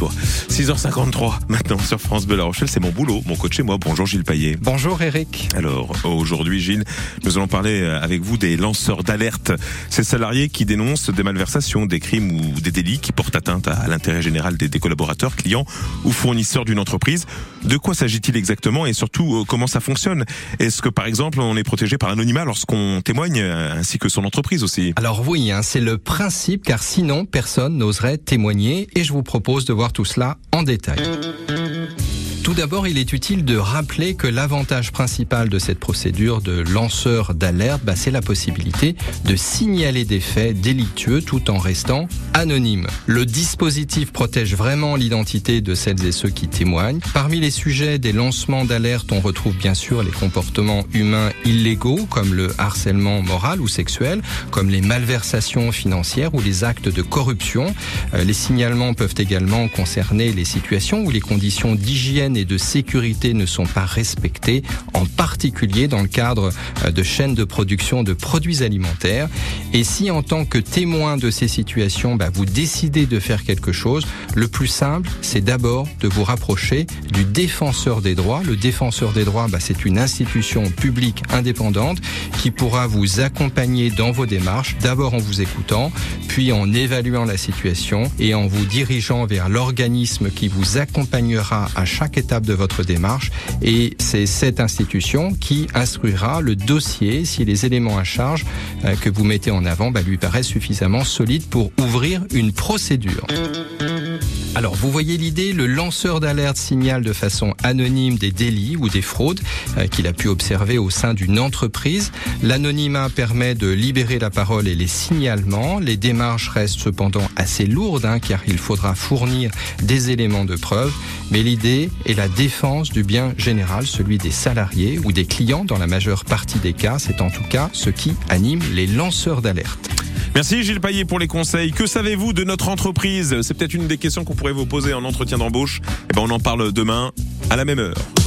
toi. 6h53 maintenant sur France Bleu La Rochelle, c'est mon boulot, mon coach chez moi. Bonjour Gilles Payet. Bonjour Eric. Alors aujourd'hui Gilles, nous allons parler avec vous des lanceurs d'alerte. Ces salariés qui dénoncent des malversations, des crimes ou des délits qui portent atteinte à l'intérêt général des collaborateurs, clients ou fournisseurs d'une entreprise. De quoi s'agit-il exactement et surtout comment ça fonctionne? Est-ce que par exemple on est protégé par l'anonymat lorsqu'on témoigne ainsi que son entreprise aussi? Alors oui, c'est le principe car sinon personne n'oserait témoigner et je vous propose de voir tout cela en détail. Tout d'abord, il est utile de rappeler que l'avantage principal de cette procédure de lanceur d'alerte, c'est la possibilité de signaler des faits délictueux tout en restant anonyme. Le dispositif protège vraiment l'identité de celles et ceux qui témoignent. Parmi les sujets des lancements d'alerte, on retrouve bien sûr les comportements humains illégaux comme le harcèlement moral ou sexuel, comme les malversations financières ou les actes de corruption. Les signalements peuvent également concerner les situations où les conditions d'hygiène et de sécurité ne sont pas respectées, en particulier dans le cadre de chaînes de production de produits alimentaires. Et si en tant que témoin de ces situations, vous décidez de faire quelque chose, le plus simple, c'est d'abord de vous rapprocher du défenseur des droits. Le défenseur des droits, c'est une institution publique indépendante qui pourra vous accompagner dans vos démarches, d'abord en vous écoutant, puis en évaluant la situation et en vous dirigeant vers l'organisme qui vous accompagnera à chaque étape de votre démarche, et c'est cette institution qui instruira le dossier si les éléments à charge que vous mettez en avant lui paraissent suffisamment solides pour ouvrir une procédure. Alors, vous voyez l'idée, le lanceur d'alerte signale de façon anonyme des délits ou des fraudes qu'il a pu observer au sein d'une entreprise. L'anonymat permet de libérer la parole et les signalements. Les démarches restent cependant assez lourdes, car il faudra fournir des éléments de preuve. Mais l'idée est la défense du bien général, celui des salariés ou des clients dans la majeure partie des cas. C'est en tout cas ce qui anime les lanceurs d'alerte. Merci Gilles Payet pour les conseils. Que savez-vous de notre entreprise? C'est peut-être une des questions qu'on pourrait vous poser en entretien d'embauche. On en parle demain à la même heure.